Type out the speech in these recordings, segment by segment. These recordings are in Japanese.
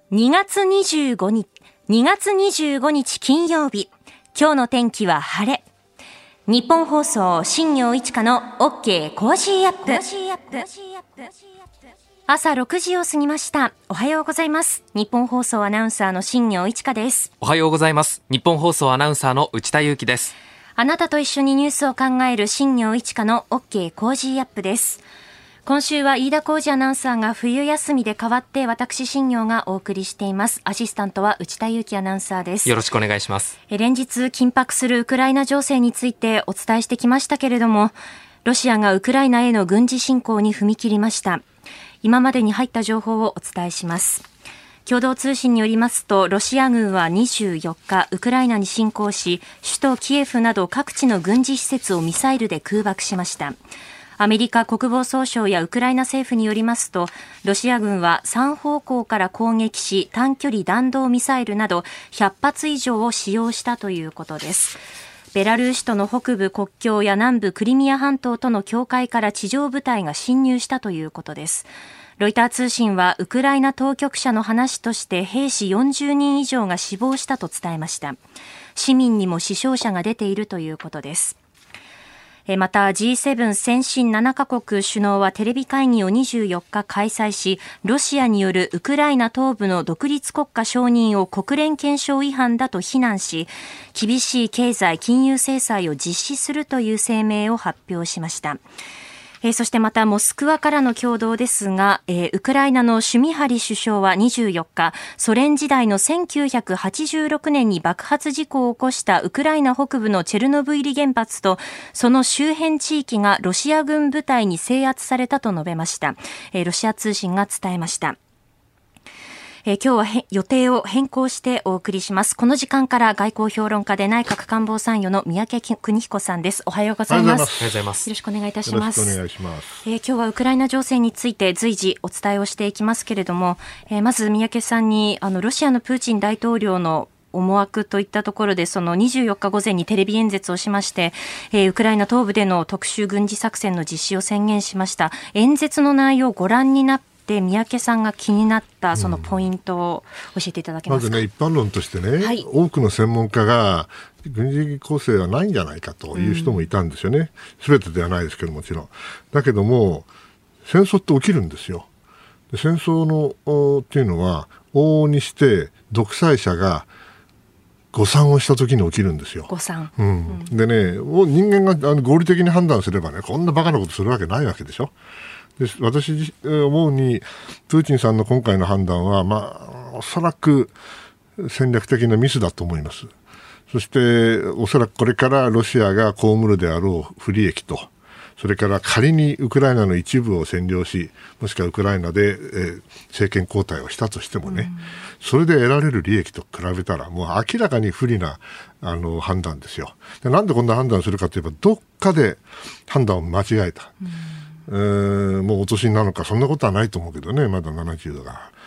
2月25日金曜日、今日の天気は晴れ。日本放送新業一華の OK コージーアップ。朝6時を過ぎました。おはようございます。日本放送アナウンサーの新業一華です。 おはようございます。日本放送アナウンサーの内田裕樹です。 あなたと一緒にニュースを考える新業一華の OK コージーアップです。今週は飯田浩司アナウンサーが冬休みで代わって私新業がお送りしています。アシスタントは内田裕樹アナウンサーです。 よろしくお願いします。 連日緊迫するウクライナ情勢についてお伝えしてきましたけれども、ロシアがウクライナへの軍事侵攻に踏み切りました。今までに入った情報をお伝えします。共同通信によりますと、ロシア軍は24日ウクライナに侵攻し、首都キエフなど各地の軍事施設をミサイルで空爆しました。アメリカ国防総省やウクライナ政府によりますと、ロシア軍は3方向から攻撃し、短距離弾道ミサイルなど100発以上を使用したということです。ベラルーシとの北部国境や南部クリミア半島との境界から地上部隊が侵入したということです。ロイター通信はウクライナ当局者の話として兵士40人以上が死亡したと伝えました。市民にも死傷者が出ているということです。また G7 先進7カ国首脳はテレビ会議を24日開催し、ロシアによるウクライナ東部の独立国家承認を国連憲章違反だと非難し、厳しい経済金融制裁を実施するという声明を発表しました。そしてまたモスクワからの共同ですが、ウクライナのシュミハリ首相は24日、ソ連時代の1986年に爆発事故を起こしたウクライナ北部のチェルノブイリ原発とその周辺地域がロシア軍部隊に制圧されたと述べました。ロシア通信が伝えました。今日は予定を変更してお送りします。この時間から外交評論家で内閣官房参与の三宅邦彦さんです。おはようございます。 おはようございます。 よろしくお願いいたします。 よろしくお願いします。 今日はウクライナ情勢について随時お伝えをしていきますけれども、まず三宅さんにロシアのプーチン大統領の思惑といったところで、その24日午前にテレビ演説をしまして、ウクライナ東部での特殊軍事作戦の実施を宣言しました。演説の内容をご覧になって三宅さんが気になったそのポイントを教えていただけますか。 まずね、一般論としてね、 はい、 多くの専門家が軍事攻勢はないんじゃないかという人もいたんですよね。全てではないですけど、もちろんだけども戦争って起きるんですよ。で、戦争のっていうのは往々にして独裁者が誤算をした時に起きるんですよ。 誤算、 でね、人間が合理的に判断すればね、こんなバカなことするわけないわけでしょ。で、私思うにプーチンさんの今回の判断は、おそらく戦略的なミスだと思います。そしておそらくこれからロシアが被るであろう不利益と、それから仮にウクライナの一部を占領し、もしくはウクライナで、政権交代をしたとしてもね、それで得られる利益と比べたらもう明らかに不利な判断ですよ。で、なんでこんな判断するかといえば、どっかで判断を間違えた。もうお年なのか、そんなことはないと思うけどね、まだ70だから。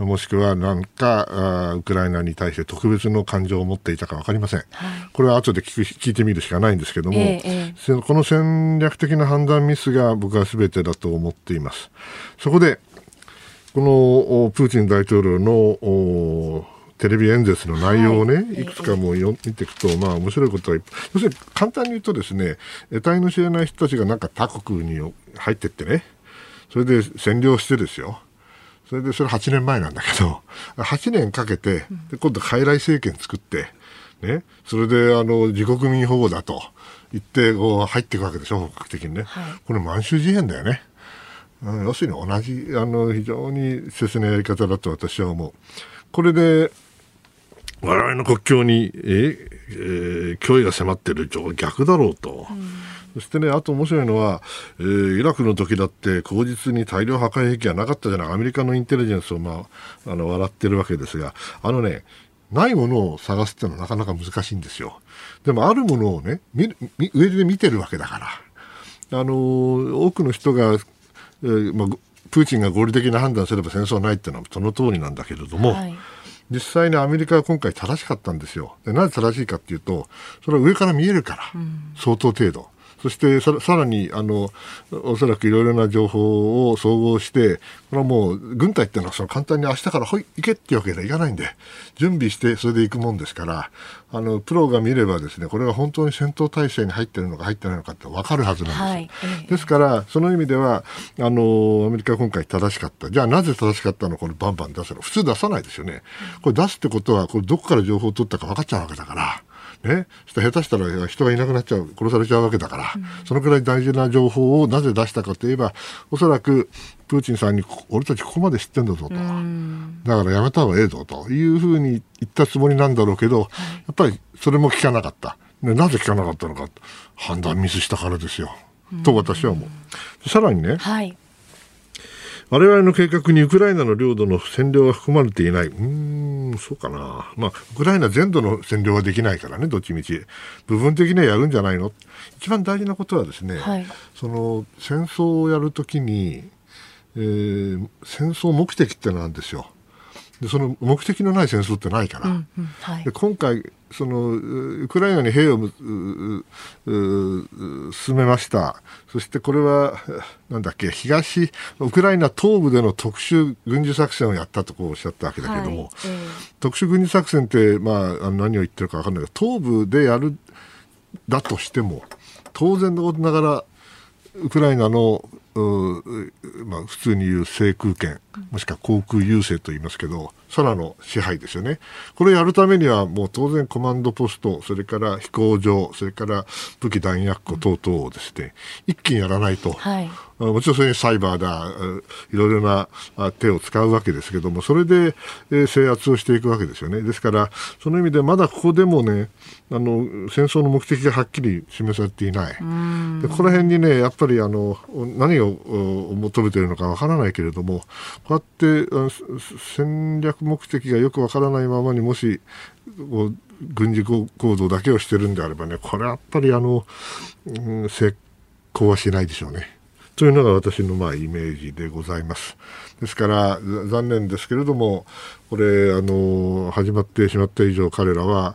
もしくはなんかウクライナに対して特別の感情を持っていたか分かりません、はい、これは後で聞いてみるしかないんですけども、この戦略的な判断ミスが僕は全てだと思っています。そこでこのプーチン大統領のテレビ演説の内容をね、いくつかもう見ていくと、面白いことは、要するに簡単に言うとですね、得体の知れない人たちがなんか他国に入っていってね、それで占領してですよ。それ8年前なんだけど、8年かけて、で今度傀儡政権作って、ね、それで自国民保護だと言ってこう入っていくわけでしょ、本格的にね。これ満州事変だよね。要するに同じ非常に切なやり方だと私は思う。これで我々の国境に、脅威が迫っている逆だろうと。そしてね、あと面白いのは、イラクの時だって口実に大量破壊兵器がなかったじゃない。アメリカのインテリジェンスを、笑ってるわけですが、ないものを探すってのはなかなか難しいんですよ。でもあるものをね、上で見てるわけだから、多くの人が、プーチンが合理的な判断すれば戦争はないっていうのはその通りなんだけれども、実際にアメリカは今回正しかったんですよ。で、なぜ正しいかっていうと、それは上から見えるから、相当程度。 そしてさらにおそらくいろいろな情報を総合して、これはもう軍隊っていうのはその簡単に明日から行けっていうわけにはいかないんで、準備してそれで行くもんですから、プロが見ればですね、これが本当に戦闘態勢に入っているのか入ってないのかって分かるはずなんです、はい、ですからその意味ではアメリカは今回正しかった。じゃあなぜ正しかったの？これバンバン出せる。普通出さないですよね。これ出すってことはこれどこから情報を取ったか分かっちゃうわけだからね、下手したら人がいなくなっちゃう、殺されちゃうわけだから、そのくらい大事な情報をなぜ出したかといえば、おそらくプーチンさんに俺たちここまで知ってんだぞと、だからやめた方がええぞというふうに言ったつもりなんだろうけど、やっぱりそれも聞かなかった。でなぜ聞かなかったのか、判断ミスしたからですよ、と私は思う。さらにね、はい、我々の計画にウクライナの領土の占領は含まれていない。そうかな。ウクライナ全土の占領はできないからね、どっちみち。部分的にはやるんじゃないの。一番大事なことはですね、はい、その戦争をやるときに、戦争目的ってなんですよ。でその目的のない戦争ってないから。はい、で今回そのウクライナに兵を進めました。そしてこれはなんだっけ、ウクライナ東部での特殊軍事作戦をやったとこうおっしゃったわけだけども、はい、特殊軍事作戦って、何を言ってるか分かんないけど、東部でやるだとしても当然のことながらウクライナの普通に言う制空権、もしくは航空優勢と言いますけど、空の支配ですよね。これをやるためにはもう当然コマンドポスト、それから飛行場、それから武器弾薬庫等々をですね、一気にやらないと、はい、もちろんそれにサイバーだ、いろいろな手を使うわけですけども、それで制圧をしていくわけですよね。ですからその意味でまだここでもね、戦争の目的がはっきり示されていない。でこの辺にね、やっぱり何を求めているのかわからないけれども、こうやって戦略目的がよくわからないままにもし軍事行動だけをしているんであればね、これはやっぱり成功はしないでしょうね。というのが私のイメージでございます。ですから残念ですけれども、これ始まってしまった以上、彼らは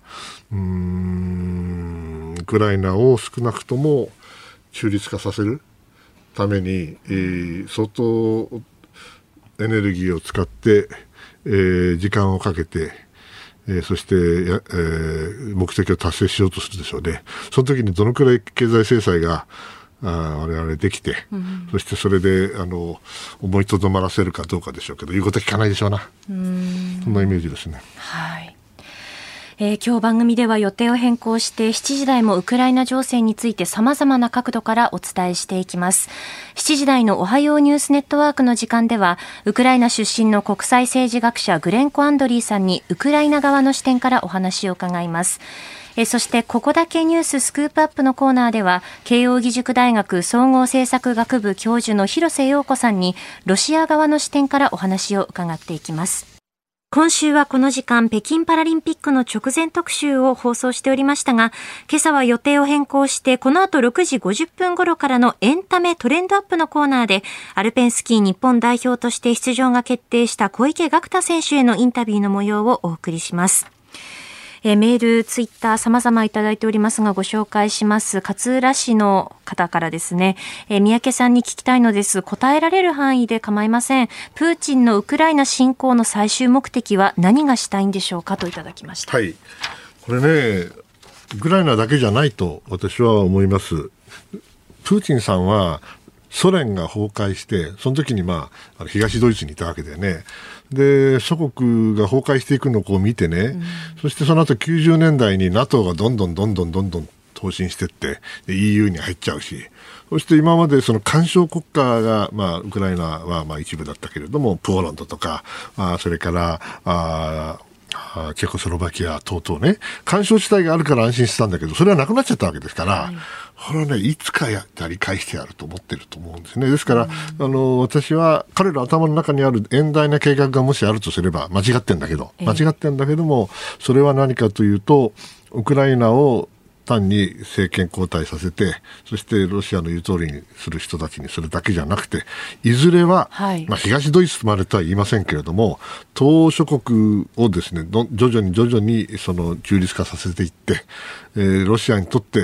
ウクライナを少なくとも中立化させるために、相当エネルギーを使って、時間をかけて、そして目的を達成しようとするでしょうね。その時にどのくらい経済制裁が我々できて、そしてそれで思いとどまらせるかどうかでしょうけど、言うことは聞かないでしょうな。そんなイメージですね。 はい。今日番組では予定を変更して7時台もウクライナ情勢について様々な角度からお伝えしていきます。7時台のおはようニュースネットワークの時間では、ウクライナ出身の国際政治学者グレンコ・アンドリーさんにウクライナ側の視点からお話を伺います。そしてここだけニューススクープアップのコーナーでは、慶應義塾大学総合政策学部教授の広瀬陽子さんにロシア側の視点からお話を伺っていきます。今週はこの時間、北京パラリンピックの直前特集を放送しておりましたが、今朝は予定を変更して、この後6時50分頃からのエンタメトレンドアップのコーナーで、アルペンスキー日本代表として出場が決定した小池岳太選手へのインタビューの模様をお送りします。メール、ツイッター様々いただいておりますが、ご紹介します。勝浦市の方からですね、三宅さんに聞きたいのです。答えられる範囲で構いません。プーチンのウクライナ侵攻の最終目的は何がしたいんでしょうか、といただきました。 はい。これね、ウクライナだけじゃないと私は思います。プーチンさんはソ連が崩壊して、その時に東ドイツにいたわけだよね。で祖国が崩壊していくのをこう見てね、そしてその後90年代に NATO がどんどん投進していってEU に入っちゃうし、そして今までその干渉国家が、ウクライナは一部だったけれども、ポーランドとかそれからチェコスロバキア等々ね、干渉地帯があるから安心したんだけど、それはなくなっちゃったわけですから、これはね、いつかやり返してやると思ってると思うんですね。ですから、私は彼ら頭の中にある遠大な計画がもしあるとすれば、間違ってんだけども、それは何かというと、ウクライナを単に政権交代させて、そしてロシアの言う通りにする人たちにするだけじゃなくて、いずれは、東ドイツまでとは言いませんけれども、東諸国をですね、徐々にその中立化させていって、ロシアにとって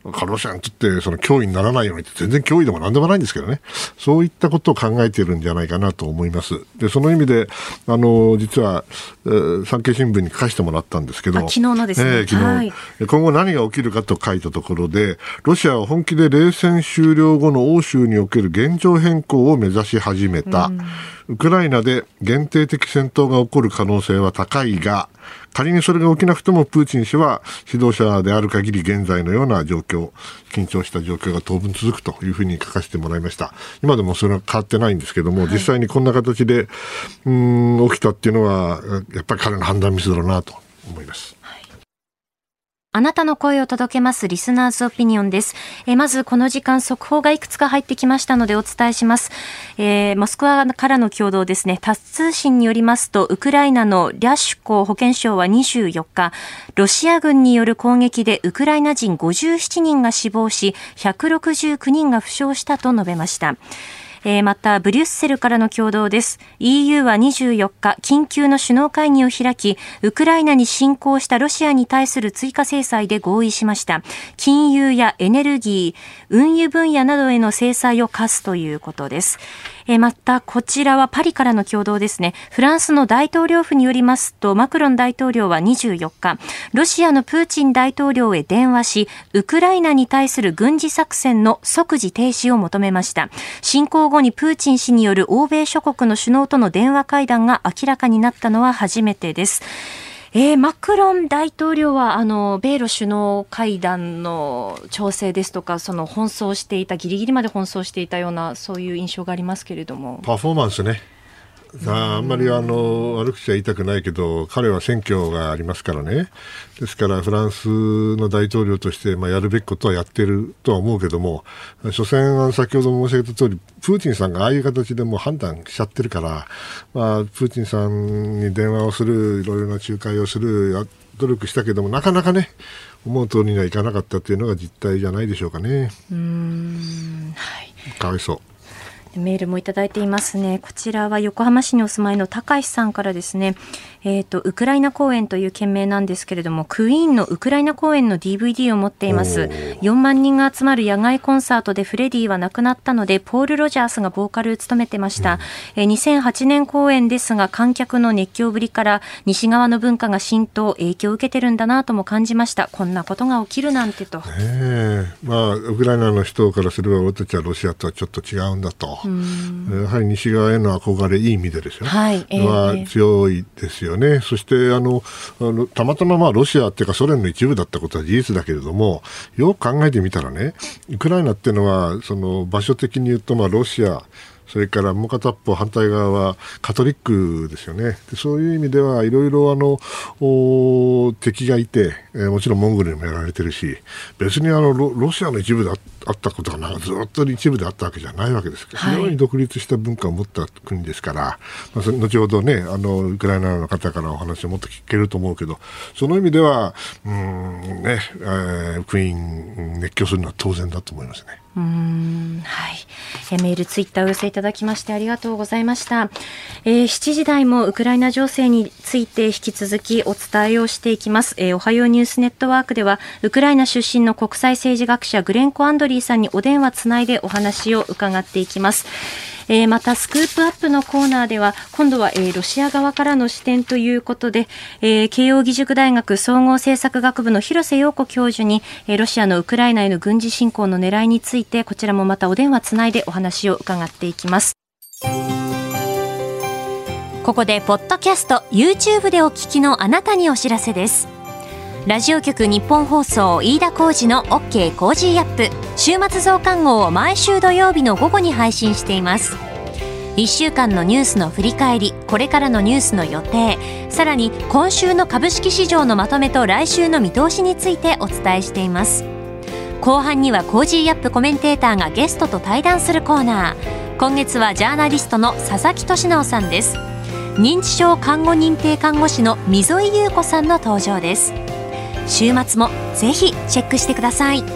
ロシアにとってその脅威にならないようにって全然脅威でもなんでもないんですけどね、そういったことを考えているんじゃないかなと思います。でその意味で実は、産経新聞に書かせてもらったんですけど、 昨日のですね、 昨日、はい、今後何が起きるかと書いたところで、ロシアは本気で冷戦終了後の欧州における現状変更を目指し始めた。ウクライナで限定的戦闘が起こる可能性は高いが、仮にそれが起きなくてもプーチン氏は指導者である限り現在のような状況、緊張した状況が当分続くというふうに書かせてもらいました。今でもそれは変わってないんですけども、実際にこんな形で起きたっていうのはやっぱり彼の判断ミスだろうなと思います。 あなたの声を届けますリスナーズオピニオンです。まずこの時間速報がいくつか入ってきましたのでお伝えします。モスクワからの共同ですね。タス通信によりますと、ウクライナのリャシュコ保健相は24日、ロシア軍による攻撃でウクライナ人57人が死亡し、169人が負傷したと述べました。またブリュッセルからの共同です。 EU は24日緊急の首脳会議を開き、ウクライナに侵攻したロシアに対する追加制裁で合意しました。金融やエネルギー、運輸分野などへの制裁を科すということです。またこちらはパリからの共同ですね。フランスの大統領府によりますと、マクロン大統領は24日ロシアのプーチン大統領へ電話し、ウクライナに対する軍事作戦の即時停止を求めました。侵攻後にプーチン氏による欧米諸国の首脳との電話会談が明らかになったのは初めてです。マクロン大統領は米ロ首脳会談の調整ですとか、その奔走していた、ギリギリまで奔走していたような、そういう印象がありますけれども、 パフォーマンスね。あんまり悪口は言いたくないけど、彼は選挙がありますからね。ですからフランスの大統領として、やるべきことはやっているとは思うけども、所詮先ほど申し上げた通り、プーチンさんがああいう形でもう判断しちゃってるから、プーチンさんに電話をする、いろいろな仲介をする努力したけども、なかなかね思う通りにはいかなかったというのが実態じゃないでしょうかね。 はい、 かわいそう。 メールもいただいていますね。こちらは横浜市にお住まいの高橋さんからですね、ウクライナ公演という件名なんですけれども、クイーンのウクライナ公演の DVD を持っています。4万人が集まる野外コンサートでフレディは亡くなったので、ポール・ロジャースがボーカルを務めてました。2008年公演ですが、観客の熱狂ぶりから西側の文化が浸透、影響を受けてるんだなとも感じました。こんなことが起きるなんてと。 ウクライナの人からすれば、俺たちはロシアとはちょっと違うんだと。やはり西側への憧れ、いい意味でですよ、は強いですよね。そしてたまたまロシアっていうかソ連の一部だったことは事実だけれども、よく考えてみたらね、ウクライナっていうのはその場所的に言うとロシア、それからもう片っぽ反対側はカトリックですよね。でそういう意味ではいろいろ敵がいて、もちろんモンゴルにもやられてるし、別にロシアの一部であったことがずっと一部であったわけじゃないわけですけど、非常に独立した文化を持った国ですから、後ほどねウクライナの方からお話をもっと聞けると思うけど、その意味ではクイーン熱狂するのは当然だと思いますね。 はい、メールツイッターを寄せいただきましてありがとうございました。7時台もウクライナ情勢について引き続きお伝えをしていきます。おはようニュースネットワークではウクライナ出身の国際政治学者グレンコ・アンドリーさんにお電話つないでお話を伺っていきます。またスクープアップのコーナーでは今度は、ロシア側からの視点ということで、慶應義塾大学総合政策学部の広瀬陽子教授に、ロシアのウクライナへの軍事侵攻の狙いについて、こちらもまたお電話つないでお話を伺っていきます。ここでポッドキャスト YouTube でお聞きのあなたにお知らせです。ラジオ局日本放送飯田浩司の OK コージーアップ週末増刊号を毎週土曜日の午後に配信しています。1週間のニュースの振り返り、これからのニュースの予定、さらに今週の株式市場のまとめと来週の見通しについてお伝えしています。後半にはコージーアップコメンテーターがゲストと対談するコーナー。今月はジャーナリストの佐々木俊直さんです。認知症看護認定看護師の溝井優子さんの登場です。週末もぜひチェックしてください。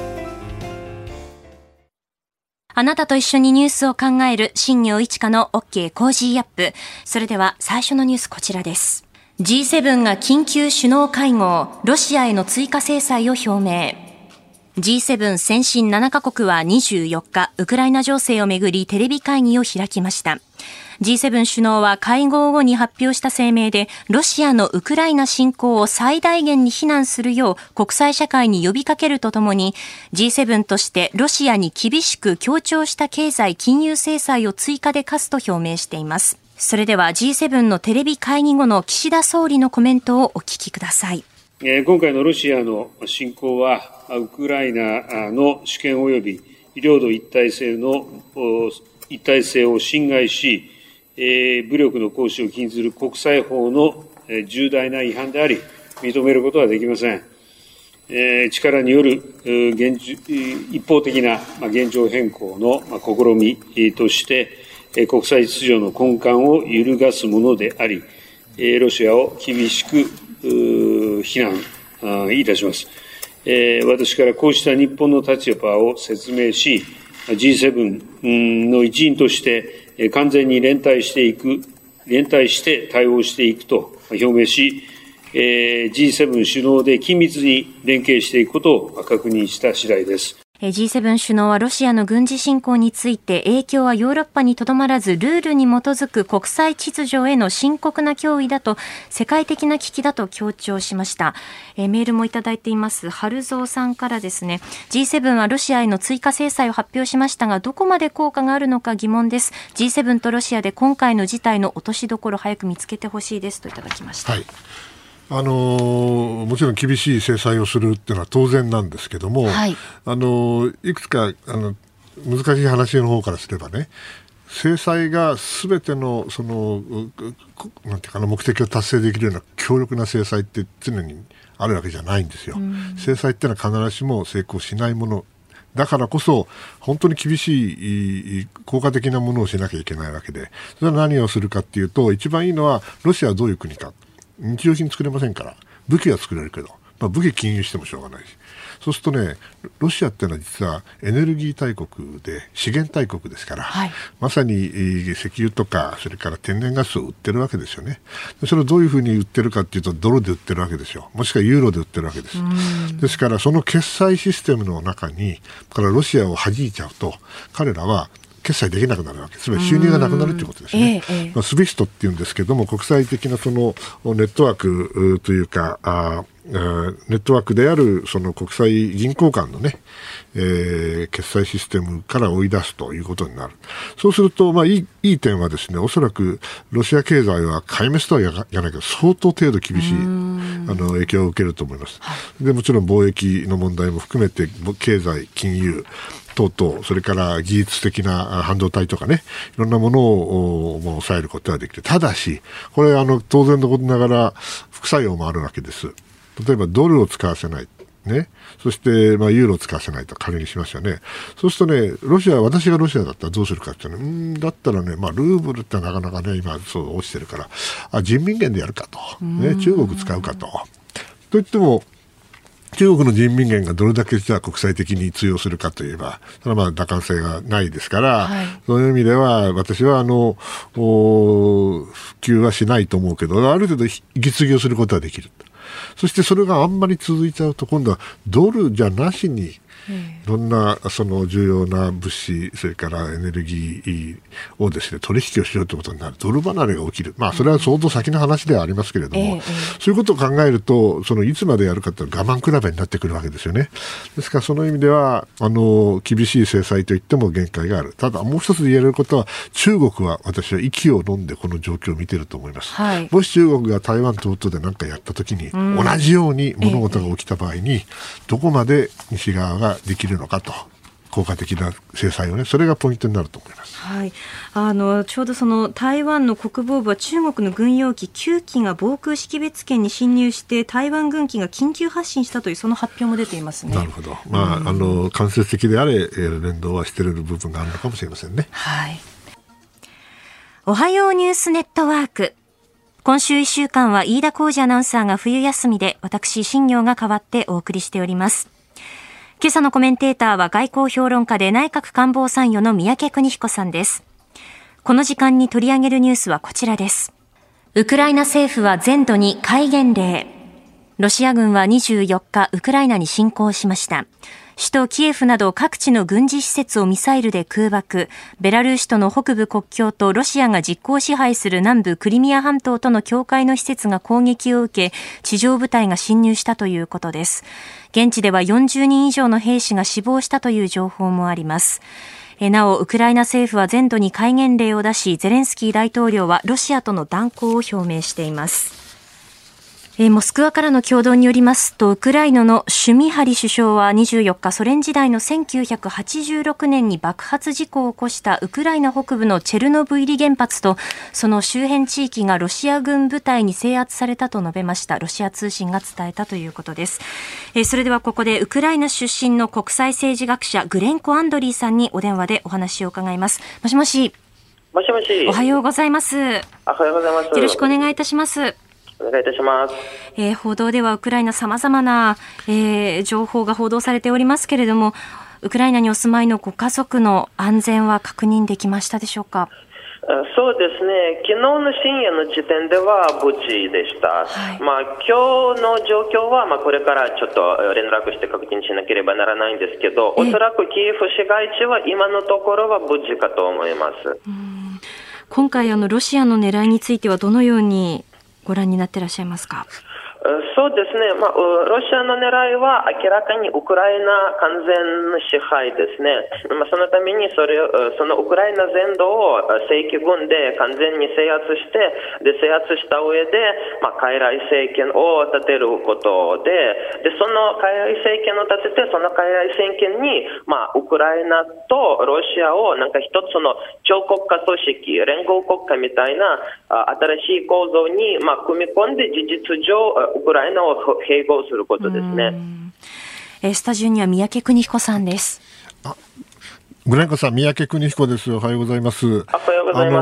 あなたと一緒にニュースを考える新業一華の OK コージーアップ。それでは最初のニュースこちらです。G7 が緊急首脳会合、ロシアへの追加制裁を表明。 G7 先進7カ国は24日、ウクライナ情勢をめぐりテレビ会議を開きました。G7 首脳は会合後に発表した声明で、ロシアのウクライナ侵攻を最大限に非難するよう国際社会に呼びかけるとともに、G7 としてロシアに厳しく強調した経済金融制裁を追加で科すと表明しています。それでは G7 のテレビ会議後の岸田総理のコメントをお聞きください。 今回のロシアの侵攻は、ウクライナの主権及び領土一体性を侵害し、武力の行使を禁ずる国際法の重大な違反であり、認めることはできません。力による一方的な現状変更の試みとして、国際秩序の根幹を揺るがすものであり、ロシアを厳しく非難いたします。私からこうした日本の立場を説明し、G7 の一員として完全に連帯して対応していくと表明し、G7 首脳で緊密に連携していくことを確認した次第です。 G7 首脳はロシアの軍事侵攻について、影響はヨーロッパにとどまらずルールに基づく国際秩序への深刻な脅威だと、世界的な危機だと強調しました。メールもいただいています。春蔵さんからですね、G7 はロシアへの追加制裁を発表しましたが、どこまで効果があるのか疑問です。G7 とロシアで今回の事態の落としどころ早く見つけてほしいですといただきました。 はい、もちろん厳しい制裁をするっていうのは当然なんですけども、はい、いくつか難しい話の方からすればね、制裁がすべてのなんていうかな、目的を達成できるような強力な制裁って常にあるわけじゃないんですよ。制裁ってのは必ずしも成功しないものだからこそ、本当に厳しい効果的なものをしなきゃいけないわけで、それは何をするかっていうと、一番いいのはロシアはどういう国か。日用品作れませんから、武器は作れるけど、武器禁輸してもしょうがないし、そうするとね、ロシアっていうのは実はエネルギー大国で資源大国ですから、はい、まさに石油とかそれから天然ガスを売ってるわけですよね。それをどういうふうに売ってるかっていうと、ドルで売ってるわけですよ。もしくはユーロで売ってるわけです。ですからその決済システムの中にからロシアを弾いちゃうと、彼らは決済できなくなるわけです。つまり収入がなくなるということですね。スビフトっていうんですけども、国際的なそのネットワークというか、ネットワークであるその国際銀行間のね、決済システムから追い出すということになる。そうすると、いい点はですね、おそらくロシア経済は壊滅とは言わないけど、相当程度厳しい影響を受けると思います。で、もちろん貿易の問題も含めて、経済、金融、等々、それから技術的な半導体とかね、いろんなものを抑えることができる。ただし、これ当然のことながら副作用もあるわけです。例えばドルを使わせない。ね。そして、ユーロを使わせないと仮にしますよね。そうするとね、私がロシアだったらどうするかっていうのだったらね、ルーブルってなかなかね、今落ちてるから、人民元でやるかと。ね、中国使うかと。といっても、中国の人民元がどれだけじゃあ国際的に通用するかといえば、それは打感性がないですから、はい、そういう意味では私は普及はしないと思うけど、ある程度息継ぎをすることはできる。そしてそれがあんまり続いちゃうと、今度はドルじゃなしにいろんなその重要な物資、それからエネルギーをですね、取引をしようということになる。ドル離れが起きる。それは相当先の話ではありますけれども、そういうことを考えると、いつまでやるかというのは我慢比べになってくるわけですよね。ですからその意味では、厳しい制裁といっても限界がある。ただもう一つ言えることは、中国は私は息を飲んでこの状況を見ていると思います。はい、もし中国が台湾等々で何かやったときに、同じように物事が起きた場合に、どこまで西側ができるのかと、効果的な制裁をね、それがポイントになると思います。 はい、ちょうどその台湾の国防部は中国の軍用機9機が防空識別圏に侵入して台湾軍機が緊急発進したというその発表も出ていますね。 なるほど。間接的であれ連動はしている部分があるのかもしれませんね。 はい。おはようニュースネットワーク。今週1週間は飯田浩二アナウンサーが冬休みで、私新業が代わってお送りしております。今朝のコメンテーターは外交評論家で内閣官房参与の三宅邦彦さんです。この時間に取り上げるニュースはこちらです。ウクライナ政府は全土に戒厳令。ロシア軍は24日ウクライナに侵攻しました。 首都キエフなど各地の軍事施設をミサイルで空爆、ベラルーシとの北部国境とロシアが実効支配する南部クリミア半島との境界の施設が攻撃を受け、地上部隊が侵入したということです。現地では40人以上の兵士が死亡したという情報もあります。なお、ウクライナ政府は全土に戒厳令を出し、ゼレンスキー大統領はロシアとの断交を表明しています。モスクワからの共同によりますと、ウクライナのシュミハリ首相は24日、ソ連時代の1986年に爆発事故を起こしたウクライナ北部のチェルノブイリ原発とその周辺地域がロシア軍部隊に制圧されたと述べました。ロシア通信が伝えたということです。それではここでウクライナ出身の国際政治学者グレンコ・アンドリーさんにお電話でお話を伺います。もしもし。 もしもし。 おはようございます。 おはようございます。 よろしくお願いいたします。 お願いいたします。 報道ではウクライナ様々な、情報が報道されておりますけれども、ウクライナにお住まいのご家族の安全は確認できましたでしょうか？ そうですね。昨日の深夜の時点では無事でした。はい、今日の状況は、これからちょっと連絡して確認しなければならないんですけど、おそらくキエフ市街地は今のところは無事かと思います。 今回ロシアの狙いについてはどのようにご覧になっていらっしゃいますか？ そうですね、ロシアの狙いは明らかにウクライナ完全な支配ですね。そのためにそのウクライナ全土を正規軍で完全に制圧して、制圧した上で、傀儡政権を立てることで、その傀儡政権を立てて、その傀儡政権に、ウクライナとロシアをなんか一つの超国家組織、連合国家みたいな新しい構造に、組み込んで事実上ウクライナを併合することですね。 スタジオには三宅邦彦さんです。 グレンコさん、三宅邦彦です。おはようございます。 おはようございます。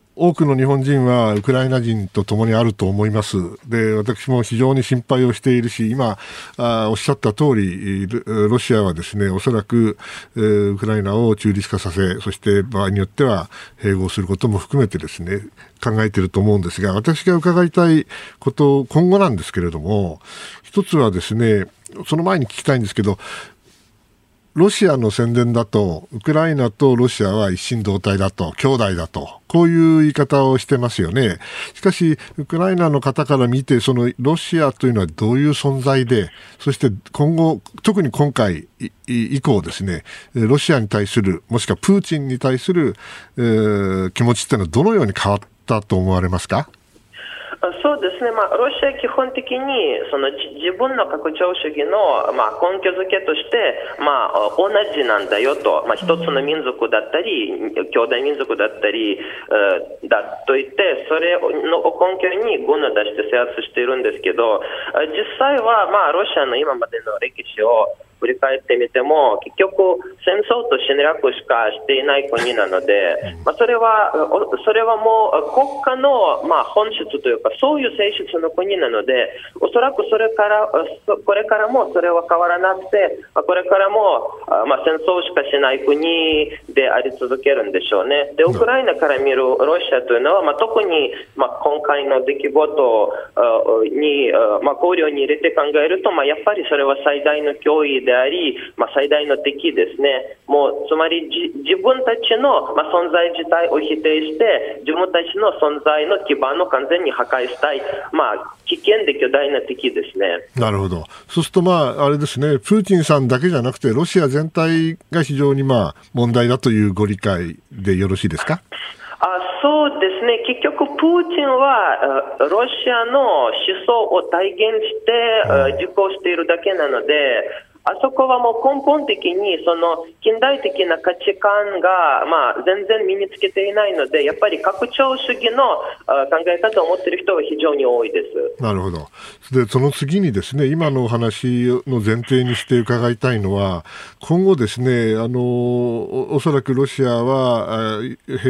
多くの日本人はウクライナ人と共にあると思います。で、私も非常に心配をしているし、今おっしゃった通り、ロシアはですね、おそらくウクライナを中立化させ、そして場合によっては併合することも含めてですね、考えていると思うんですが、私が伺いたいこと、今後なんですけれども、一つはですね、その前に聞きたいんですけど、ロシアの宣伝だとウクライナとロシアは一心同体だと、兄弟だと、こういう言い方をしてますよね。しかしウクライナの方から見て、そのロシアというのはどういう存在で、そして今後、特に今回以降ですね、ロシアに対する、もしくはプーチンに対する、気持ちっていうのはどのように変わったと思われますか？ そうですね、ロシアは基本的にその自分の拡張主義の、根拠付けとして、同じなんだよと、一つの民族だったり、兄弟民族だったり、だと言って、それの根拠に軍を出して制圧しているんですけど、実際は、ロシアの今までの歴史を振り返ってみても、結局戦争と侵略しかしていない国なので、それはもう国家の本質というか、そういう性質の国なので、おそらくこれからもそれは変わらなくて、これからも戦争しかしない国であり続けるんでしょうね。で、ウクライナから見るロシアというのは、特に今回の出来事に考慮に入れて考えると、やっぱりそれは最大の脅威であり、最大の敵ですね。もうつまり自分たちの、存在自体を否定して、自分たちの存在の基盤を完全に破壊したい、危険で巨大な敵ですね。なるほど。 そうするとあれですね、プーチンさんだけじゃなくてロシア全体が非常に問題だというご理解でよろしいですか？ そうですね。結局プーチンはロシアの思想を体現して実行しているだけなので、あそこはもう根本的にその近代的な価値観が全然身につけていないので、やっぱり拡張主義の考え方を持っている人は非常に多いです。 なるほど。で、その次にですね、今のお話の前提にして伺いたいのは、今後ですね、おそらくロシアは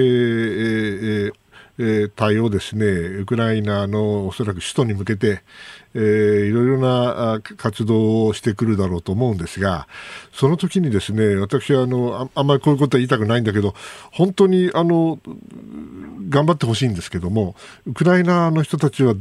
隊をですね、ウクライナのおそらく首都に向けていろいろな活動をしてくるだろうと思うんですが、その時にですね、私はあんまりこういうことは言いたくないんだけど、本当に頑張ってほしいんですけども、ウクライナの人たちは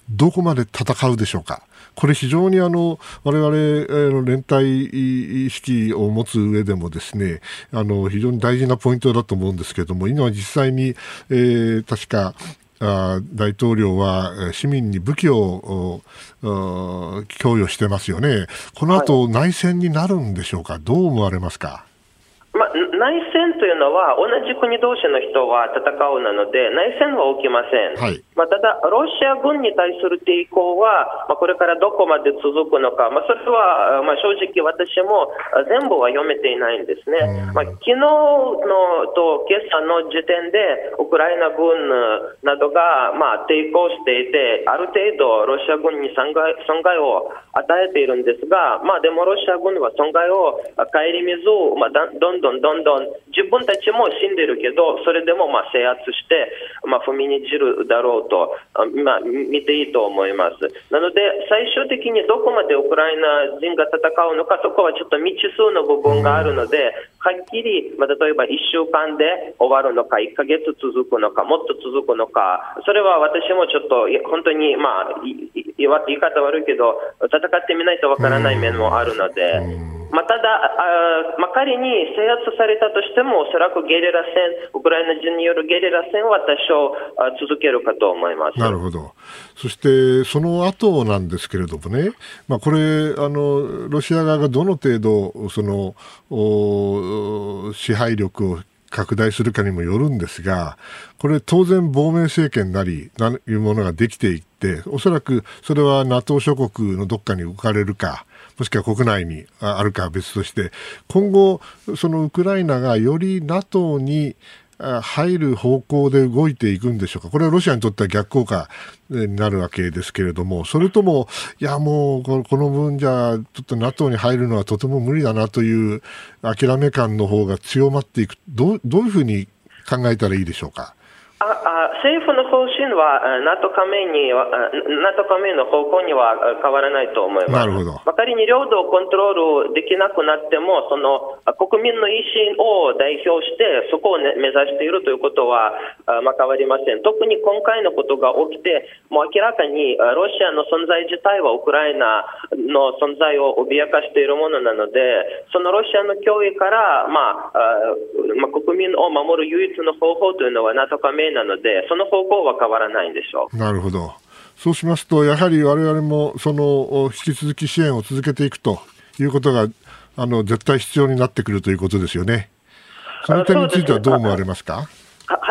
どこまで戦うでしょうか。これ非常に我々連帯意識を持つ上でもですね、非常に大事なポイントだと思うんですけれども、今実際に、確か大統領は市民に武器を供与してますよね。この後、内戦になるんでしょうか。どう思われますか。 内戦というのは同じ国同士の人は戦うなので内戦は起きません、 はい。 ただ、ロシア軍に対する抵抗は、これからどこまで続くのか、それは、正直私も全部は読めていないんですね。昨日のと今朝の時点でウクライナ軍などが、抵抗していて、ある程度ロシア軍に損害を与えているんですが、でもロシア軍は損害を顧みず、どんどん自分たちも死んでるけど、それでも制圧して、踏みにじるだろうと、見ていいと思います。なので最終的にどこまでウクライナ人が戦うのか、そこはちょっと未知数の部分があるので、はっきり、例えば1週間で終わるのか、1ヶ月続くのか、もっと続くのか、それは私もちょっと本当に、言い方悪いけど戦ってみないとわからない面もあるので、ただ仮に制圧されたとしても、おそらくゲリラ戦、ウクライナ人によるゲリラ戦は多少続けるかと思います。 なるほど。そしてその後なんですけれどもね、これロシア側がどの程度その支配力を拡大するかにもよるんですが、これ当然亡命政権なりいうものができていって、おそらくそれは NATO 諸国のどっかに置かれるか、もしくは国内にあるかは別として、今後そのウクライナがより NATO に入る方向で動いていくんでしょうか。これはロシアにとっては逆効果になるわけですけれども、それとももうこの分じゃちょっと NATO に入るのはとても無理だなという諦め感の方が強まっていく。どういうふうに考えたらいいでしょうか。 政府の方針は NATO 加盟の方向には変わらないと思います。 なるほど。 仮に領土をコントロールできなくなっても、その国民の意思を代表してそこを、目指しているということは変わりません。特に今回のことが起きて、もう明らかにロシアの存在自体はウクライナの存在を脅かしているものなので、そのロシアの脅威から、国民を守る唯一の方法というのは NATO 加盟なので、その方向は変わらないんでしょう。 なるほど。そうしますと、やはり我々もその引き続き支援を続けていくということが絶対必要になってくるということですよね。その点についてはどう思われますか。 はい。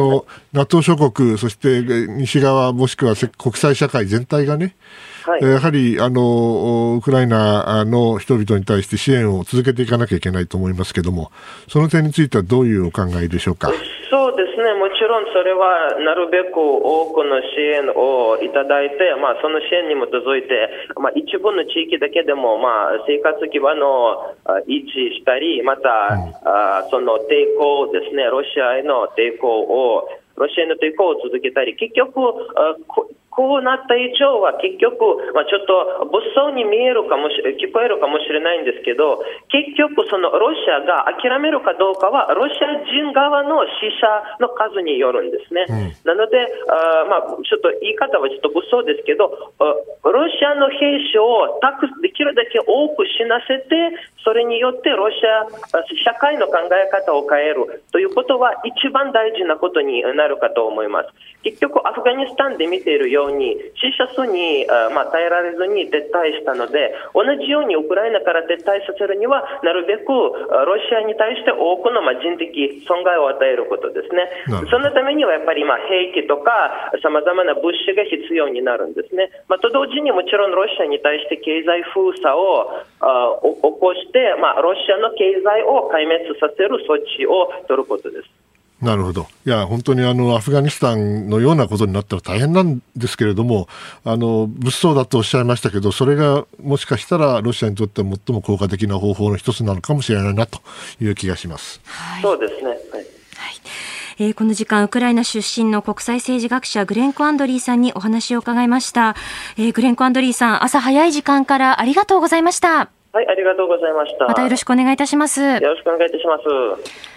NATO 諸国、そして西側もしくは国際社会全体がね、やはりウクライナの人々に対して支援を続けていかなきゃいけないと思いますけれども、その点についてはどういうお考えでしょうか。 そうですね、もちろんそれはなるべく多くの支援をいただいて、その支援に基づいて、一部の地域だけでも、生活基盤を維持したり、また、その抵抗ですね、ロシアへの抵抗を続けたり、結局こうなった以上は結局、ちょっと物騒に見えるかも聞こえるかもしれないんですけど、結局そのロシアが諦めるかどうかはロシア人側の死者の数によるんですね。なのでちょっと言い方はちょっと物騒ですけど、ロシアの兵士をできるだけ多く死なせて、それによってロシア社会の考え方を変えるということは一番大事なことになるかと思います。結局アフガニスタンで見ているように死者数に耐えられずに撤退したので、同じようにウクライナから撤退させるにはなるべくロシアに対して多くの人的損害を与えることですね。そのためにはやっぱり兵器とかさまざまな物資が必要になるんですね。と同時にもちろんロシアに対して経済封鎖を起こして、ロシアの経済を壊滅させる措置を取ることです。 なるほど。いや、本当にアフガニスタンのようなことになったら大変なんですけれども、物騒だとおっしゃいましたけど、それがもしかしたらロシアにとっては最も効果的な方法の一つなのかもしれないなという気がします。 そうですね。 この時間、ウクライナ出身の国際政治学者グレンコ・アンドリーさんにお話を伺いました。グレンコ・アンドリーさん、朝早い時間からありがとうございました。 はい、ありがとうございました。 またよろしくお願いいたします。 よろしくお願いいたします。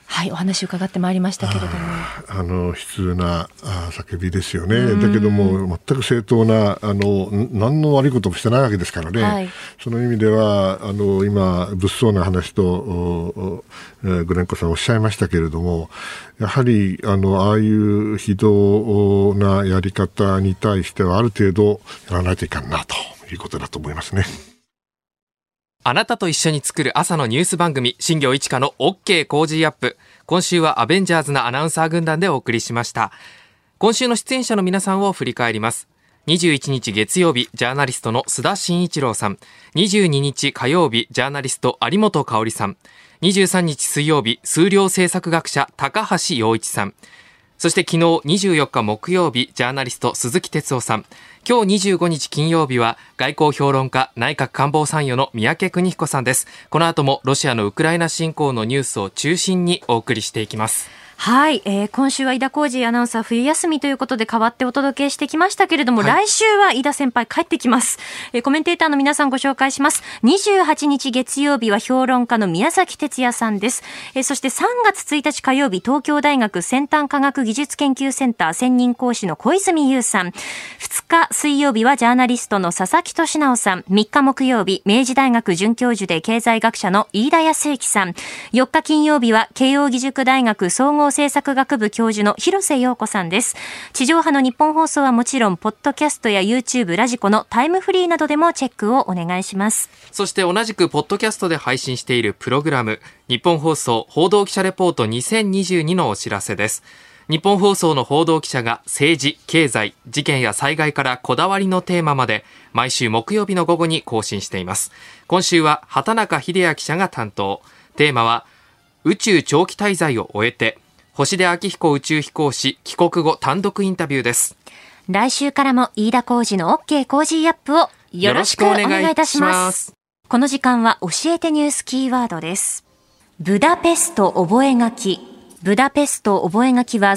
はい、お話伺ってまいりましたけれども、 悲痛な叫びですよね。だけども全く正当な何の悪いこともしてないわけですからね、はい、その意味では今物騒な話とグレンコさんおっしゃいましたけれども、やはりああいう非道なやり方に対してはある程度やらないといかんなということだと思いますね。 あなたと一緒に作る朝のニュース番組、新業一華の OK コージーアップ。今週はアベンジャーズなアナウンサー軍団でお送りしました。今週の出演者の皆さんを振り返ります。21日月曜日、ジャーナリストの須田慎一郎さん。22日火曜日、ジャーナリスト有本香里さん。23日水曜日、数量政策学者高橋洋一さん。そして昨日24日木曜日、ジャーナリスト鈴木哲夫さん。今日25日金曜日は外交評論家内閣官房参与の三宅邦彦さんです。この後もロシアのウクライナ侵攻のニュースを中心にお送りしていきます。 はい、今週は飯田浩司アナウンサー冬休みということで代わってお届けしてきましたけれども、はい、来週は飯田先輩帰ってきます。コメンテーターの皆さんご紹介します。28日月曜日は評論家の宮崎哲也さんです。そして3月1日火曜日、東京大学先端科学技術研究センター専任講師の小泉悠さん。2日水曜日はジャーナリストの佐々木俊直さん。3日木曜日、明治大学准教授で経済学者の飯田康之さん。4日金曜日は慶應義塾大学総合政策学部教授の広瀬陽子さんです。地上波の日本放送はもちろん、ポッドキャストや YouTube、ラジコのタイムフリーなどでもチェックをお願いします。 そして同じくポッドキャストで配信しているプログラム、日本放送報道記者レポート2022のお知らせです。日本放送の報道記者が政治、経済、事件や災害からこだわりのテーマまで毎週木曜日の午後に更新しています。今週は畑中秀也記者が担当。テーマは宇宙長期滞在を終えて、星出彰彦宇宙飛行士帰国後単独インタビューです。 来週からも飯田浩司の OK コージーアップをよろしくお願いいたします。この時間は教えてニュースキーワードです。ブダペスト覚書。ブダペスト覚書は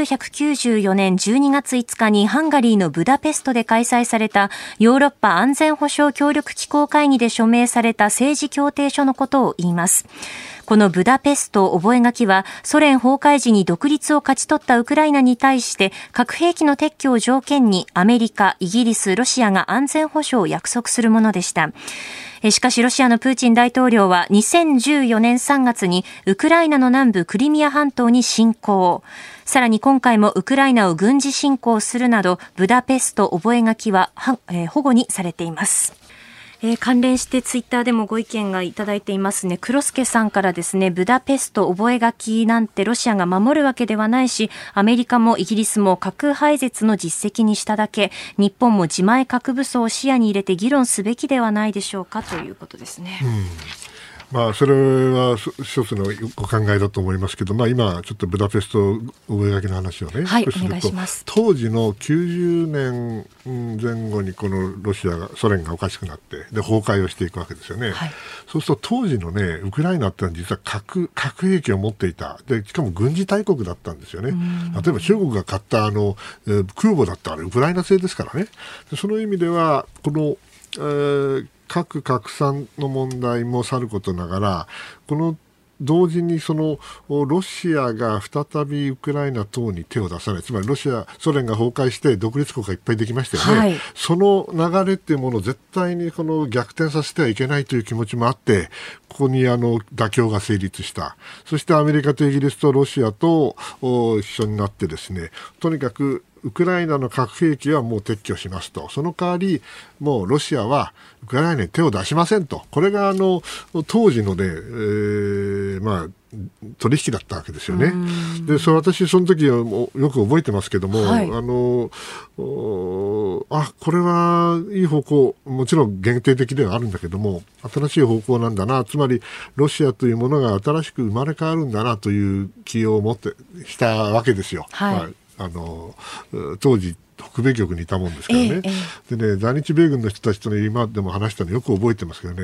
1994年12月5日にハンガリーのブダペストで開催されたヨーロッパ安全保障協力機構会議で署名された政治協定書のことを言います。このブダペスト覚書はソ連崩壊時に独立を勝ち取ったウクライナに対して核兵器の撤去を条件にアメリカ、イギリス、ロシアが安全保障を約束するものでした。しかしロシアのプーチン大統領は2014年3月にウクライナの南部クリミア半島に侵攻。さらに今回もウクライナを軍事侵攻するなどブダペスト覚書は保護にされています。関連してツイッターでもご意見がいただいていますね。黒助さんからですね、ブダペスト覚書なんてロシアが守るわけではないし、アメリカもイギリスも核廃絶の実績にしただけ、日本も自前核武装を視野に入れて議論すべきではないでしょうかということですね。 それは一つのお考えだと思いますけど、今ちょっとブダペスト覚書の話をね、 はい、お願いします。 当時の90年前後にこのソ連がおかしくなってで崩壊をしていくわけですよね、はい、そうすると当時のねウクライナってのは実は核兵器を持っていた。でしかも軍事大国だったんですよね。例えば中国が買った空母だったらウクライナ製ですからね。でその意味ではこの、核拡散の問題もさることながら、この同時にロシアが再びウクライナ等に手を出さない、つまりソ連が崩壊して独立国がいっぱいできましたよね、はい、その流れっていうものを絶対に逆転させてはいけないという気持ちもあって、ここに妥協が成立した。そしてアメリカとイギリスとロシアと一緒になってですね、とにかくウクライナの核兵器はもう撤去しますと。その代わりもうロシアはウクライナに手を出しませんと。これが当時のね、取引だったわけですよね。で、私その時よく覚えてますけども、はい、これはいい方向、もちろん限定的ではあるんだけども新しい方向なんだな、つまりロシアというものが新しく生まれ変わるんだなという気を持ってしたわけですよ。はい、当時北米局にいたもんですからね、でね、在日米軍の人たちとね今でも話したのよく覚えてますけど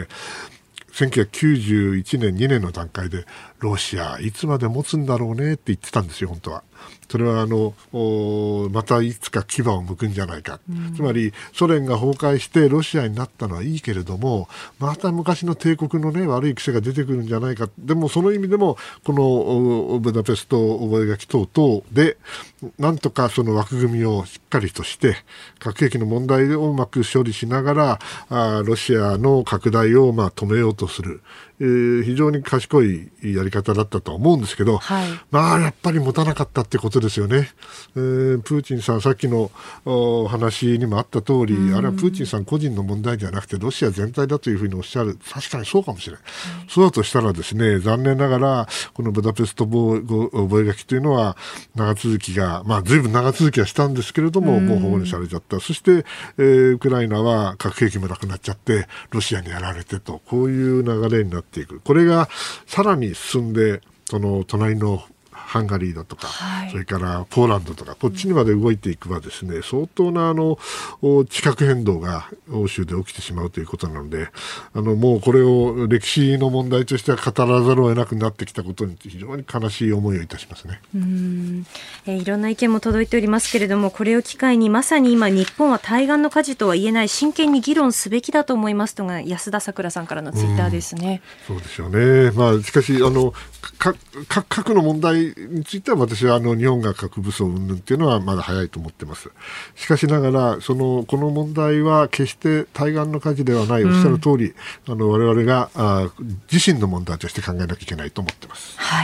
ね、1991年2年の段階でロシアいつまで持つんだろうねって言ってたんですよ本当は。 それはまたいつか牙を剥くんじゃないか、つまりソ連が崩壊してロシアになったのはいいけれども、また昔の帝国の、悪い癖が出てくるんじゃないか。でもその意味でもこのブダペスト覚書等々でなんとかその枠組みをしっかりとして核兵器の問題をうまく処理しながらロシアの拡大を止めようとする、非常に賢いやり方だったと思うんですけど、やっぱり持たなかったってことですよね。プーチンさん、さっきの話にもあった通り、あれはプーチンさん個人の問題ではなくてロシア全体だというふうにおっしゃる。確かにそうかもしれない。そうだとしたらですね、残念ながらこのブダペスト覚書というのは長続きが、随分長続きはしたんですけれども、もう保護にされちゃった。そして、ウクライナは核兵器もなくなっちゃってロシアにやられてと、こういう流れになっていく。これがさらに進んで、その隣のハンガリーだとか、それからポーランドとかこっちにまで動いていくばですね、相当な地殻変動が欧州で起きてしまうということなので、もうこれを歴史の問題としては語らざるを得なくなってきたことに非常に悲しい思いをいたしますね。 いろんな意見も届いておりますけれども、これを機会にまさに今日本は対岸の火事とは言えない、真剣に議論すべきだと思いますとが安田さくらさんからのツイッターですね。 そうですよね。しかし核の問題については私は日本が核武装云々っていうのはまだ早いと思ってます。しかしながらこの問題は決して対岸の火事ではない。おっしゃる通り、我々が自身の問題として考えなきゃいけないと思ってます。 はい。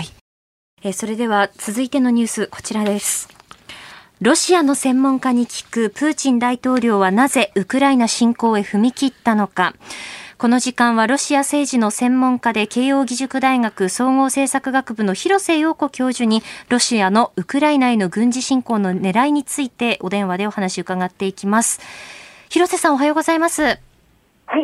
それでは続いてのニュース、こちらです。ロシアの専門家に聞く、プーチン大統領はなぜウクライナ侵攻へ踏み切ったのか。この時間はロシア政治の専門家で慶應義塾大学総合政策学部の広瀬陽子教授にロシアのウクライナへの軍事侵攻の狙いについてお電話でお話を伺っていきます。広瀬さん、おはようございます。 はい、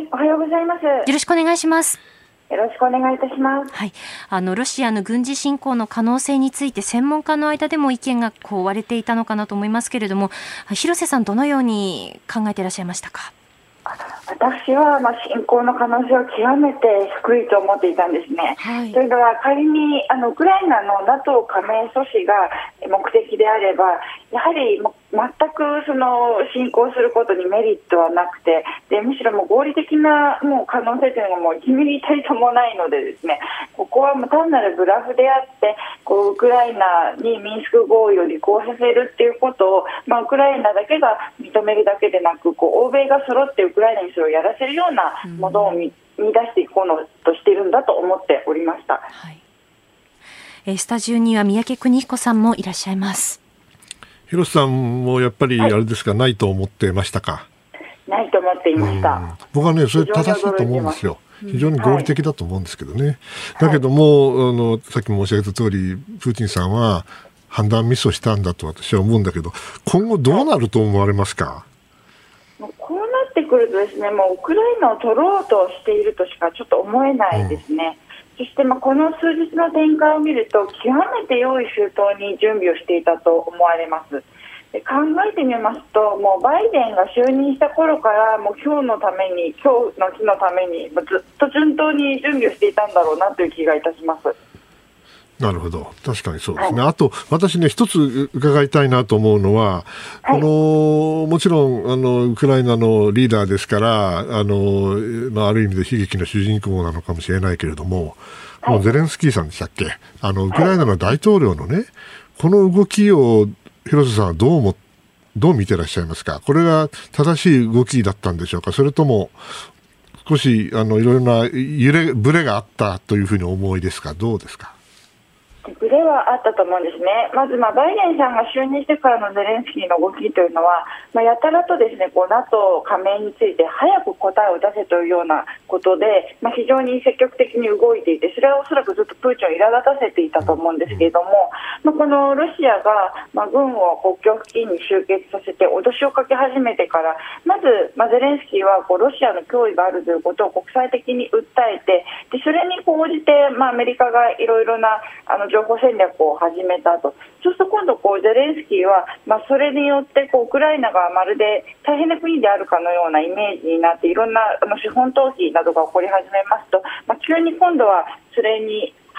おはようございます。よろしくお願いします。 よろしくお願いいたします。 はい、ロシアの軍事侵攻の可能性について専門家の間でも意見が割れていたのかなと思いますけれども、広瀬さん、どのように考えていらっしゃいましたか？ 私は侵攻の可能性は極めて低いと思っていたんですね。というのは、仮にウクライナの NATO 加盟阻止が目的であれば、やはり全く侵攻することにメリットはなくて、むしろ合理的な可能性というのが1ミリたりともないのでですね、ここは単なるブラフであって、ウクライナにミンスク合意を履行させるということを、ウクライナだけが認めるだけでなく、欧米が揃ってウクライナにそれをやらせるようなものを見出していこうとしているんだと思っておりました。 スタジオには三宅邦彦さんもいらっしゃいます。 広瀬さんもやっぱりあれですか、ないと思ってましたか？ ないと思っていました。 僕はね、それ正しいと思うんですよ。非常に合理的だと思うんですけどね。だけども、さっきも申し上げた通り、プーチンさんは判断ミスをしたんだと私は思うんだけど、今後どうなると思われますか？ こうなってくるとですね、もうウクライナを取ろうとしているとしかちょっと思えないですね。そしてこの数日の展開を見ると、極めて用意周到に準備をしていたと思われます。で、考えてみますと、もうバイデンが就任した頃からもう今日のために、今日の日のためにずっと順当に準備をしていたんだろうなという気がいたします。 なるほど、確かにそうですね。あと私ね、一つ伺いたいなと思うのは、もちろんウクライナのリーダーですから、ある意味で悲劇の主人公なのかもしれないけれども、もうゼレンスキーさんでしたっけ、ウクライナの大統領のね、この動きを広瀬さんはどう見てらっしゃいますか？これが正しい動きだったんでしょうか？それとも少しいろいろなブレがあったというふうに思いですか？どうですか？ ブレはあったと思うんですね。まずバイデンさんが就任してからのゼレンスキーの動きというのは、やたらとですね、NATO 加盟について早く答えを出せというようなことで、非常に積極的に動いていて、それはおそらくずっとプーチンを苛立たせていたと思うんですけれども、このロシアが軍を国境付近に集結させて脅しをかけ始めてから、まずゼレンスキーはロシアの脅威があるということを国際的に訴えて、でそれに応じてアメリカがいろいろな情報戦略を始めたと。そうすると今度ゼレンスキーは、それによってウクライナがまるで大変な国であるかのようなイメージになって、いろんな資本投資などが起こり始めますと、急に今度はそれに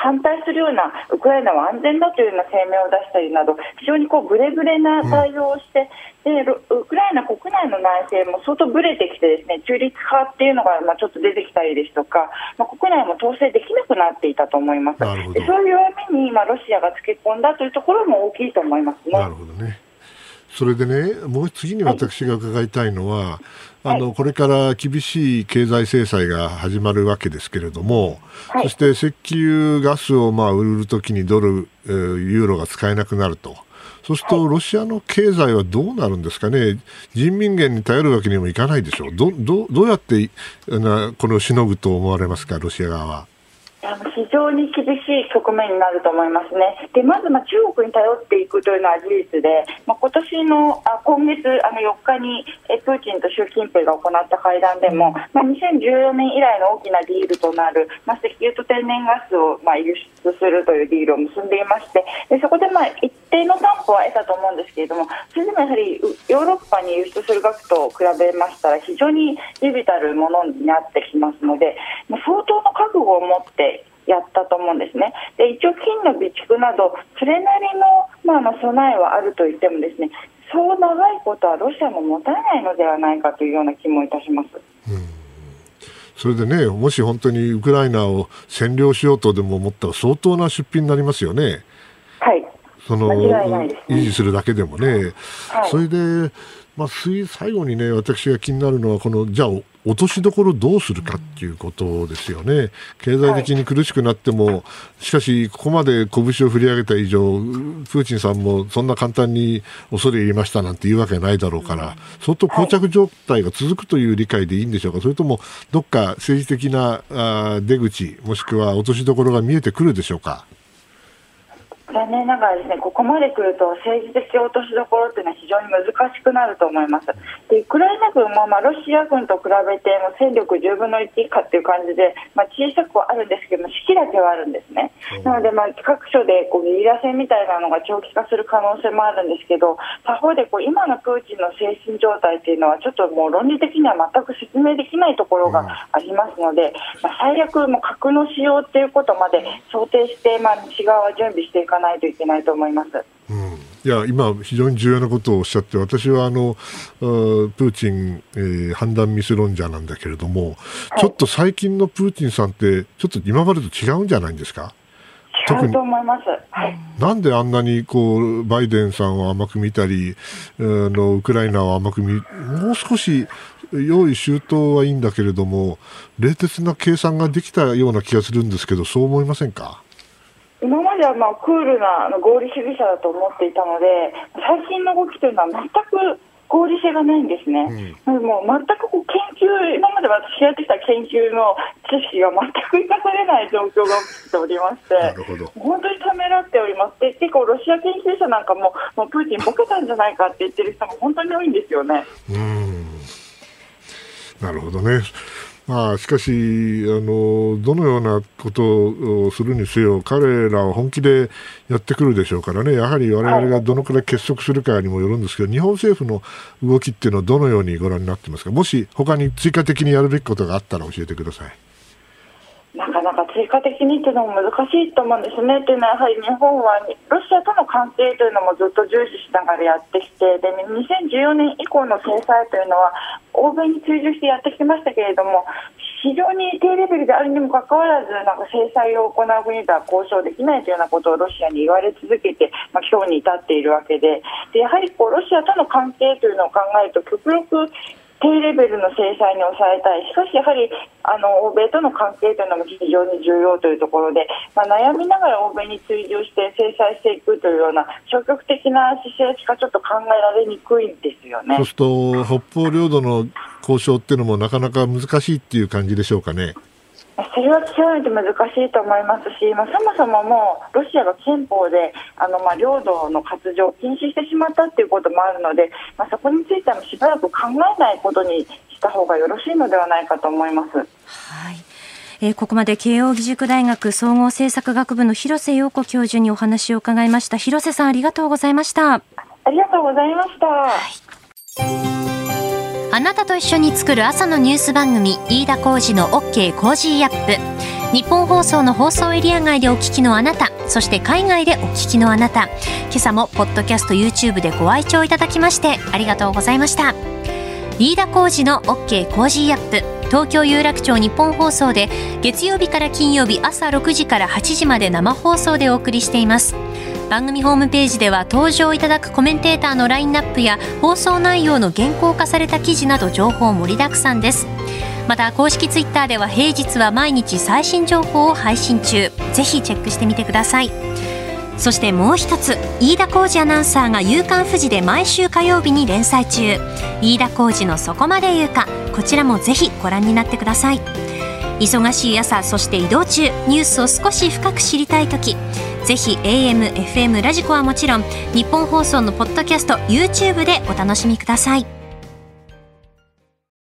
反対するようなウクライナは安全だというような声明を出したりなど非常にブレブレな対応をして、でウクライナ国内の内政も相当ブレてきてですね、中立派っていうのがちょっと出てきたりですとか、国内も統制できなくなっていたと思います。でそういう弱みにロシアがつけ込んだというところも大きいと思いますね。 なるほどね。それでね、もう次に私が伺いたいのは、これから厳しい経済制裁が始まるわけですけれども、そして石油ガスを売るときにドル、ユーロが使えなくなると。そうするとロシアの経済はどうなるんですかね。人民元に頼るわけにもいかないでしょう。どうやってこれをしのぐと思われますか、ロシア側は。 非常に厳しい局面になると思いますね。でまず中国に頼っていくというのは事実で、今月4日にプーチンと習近平が行った会談でも、2014年以来の大きなディールとなる、石油と天然ガスを輸出するというディールを結んでいまして、でそこで一定の担保は得たと思うんですけれども、それでもやはりヨーロッパに輸出する額と比べましたら非常に微々たるものになってきますので、相当の覚悟を持ってやったと思うんですね。で一応金の備蓄などそれなりの、備えはあるといってもですね、そう長いことはロシアも持たないのではないかというような気もいたします。 それでね、もし本当にウクライナを占領しようとでも思ったら相当な出費になりますよね。 はい、間違いないですね。 維持するだけでもね、それで、最後にね、私が気になるのはじゃあ落としどころどうするかっていうことですよね。経済的に苦しくなっても、しかしここまで拳を振り上げた以上、プーチンさんもそんな簡単に恐れ入りましたなんて言うわけないだろうから、相当膠着状態が続くという理解でいいんでしょうか。それともどっか政治的な出口もしくは落としどころが見えてくるでしょうか。 残念ながらですね、ここまで来ると政治的落としどころというのは非常に難しくなると思います。でウクライナ軍もロシア軍と比べて戦力10分の1以下という感じで、小さくはあるんですけども士気だけはあるんですね。なので各所でゲリラ戦みたいなのが長期化する可能性もあるんですけど、他方で今のプーチンの精神状態というのはちょっともう論理的には全く説明できないところがありますので、最悪核の使用ということまで想定して、西側は準備していかないといけないと思います。 いや今非常に重要なことをおっしゃって、私はプーチン、判断ミス論者なんだけれども、ちょっと最近のプーチンさんってちょっと今までと違うんじゃないんですか。 違うと思います。 なんであんなにバイデンさんを甘く見たりウクライナを甘く見、もう少し用意周到はいいんだけれども冷徹な計算ができたような気がするんですけど、そう思いませんか。 今まではクールな合理主義者だと思っていたので、最近の動きというのは全く合理性がないんですね。もう全く研究、今まで私がやってきた研究の知識が全く生かされない状況が起きておりまして、本当にためらっております。で結構ロシア研究者なんかもプーチンボケたんじゃないかって言ってる人も本当に多いんですよね。 なるほどね。しかしどのようなことをするにせよ彼らは本気でやってくるでしょうからね。やはり我々がどのくらい結束するかにもよるんですけど、日本政府の動きっていうのはどのようにご覧になってますか。もし他に追加的にやるべきことがあったら教えてください。 なかなか追加的にというのも難しいと思うんですね。というのはやはり日本はロシアとの関係というのもずっと重視しながらやってきて、で2014年以降の制裁というのは欧米に追従してやってきましたけれども、非常に低レベルであるにもかかわらず制裁を行う国とは交渉できないというようなことをロシアに言われ続けて、今日に至っているわけで、やはりロシアとの関係というのを考えると極力低レベルの制裁に抑えたい。しかしやはり欧米との関係というのも非常に重要というところで、悩みながら欧米に追従して制裁していくというような消極的な姿勢しかちょっと考えられにくいんですよね。 そうすると北方領土の交渉っていうのもなかなか難しいっていう感じでしょうかね。 それは極めて難しいと思いますし、そもそももうロシアが憲法で領土の割譲を禁止してしまったということもあるので、そこについてはしばらく考えないことにした方がよろしいのではないかと思います。 ここまで慶應義塾大学総合政策学部の広瀬陽子教授にお話を伺いました。広瀬さん、ありがとうございました。 ありがとうございました。 あなたと一緒に作る朝のニュース番組、飯田浩司の OK コージーアップ。 日本放送の放送エリア外でお聞きのあなた、そして海外でお聞きのあなた、今朝もポッドキャスト YouTube でご愛聴いただきましてありがとうございました。飯田浩司の OK コージーアップ、東京有楽町日本放送で月曜日から金曜日朝6時から8時まで生放送でお送りしています。番組ホームページでは登場いただくコメンテーターのラインナップや放送内容の原稿化された記事など情報盛りだくさんです。また公式ツイッターでは平日は毎日最新情報を配信中、ぜひチェックしてみてください。そしてもう一つ、飯田浩司アナウンサーが夕刊フジで毎週火曜日に連載中、飯田浩司のそこまで言うか、こちらもぜひご覧になってください。忙しい朝、そして移動中、ニュースを少し深く知りたいとき、ぜひ AM、FM、ラジコはもちろん日本放送のポッドキャスト YouTube でお楽しみください。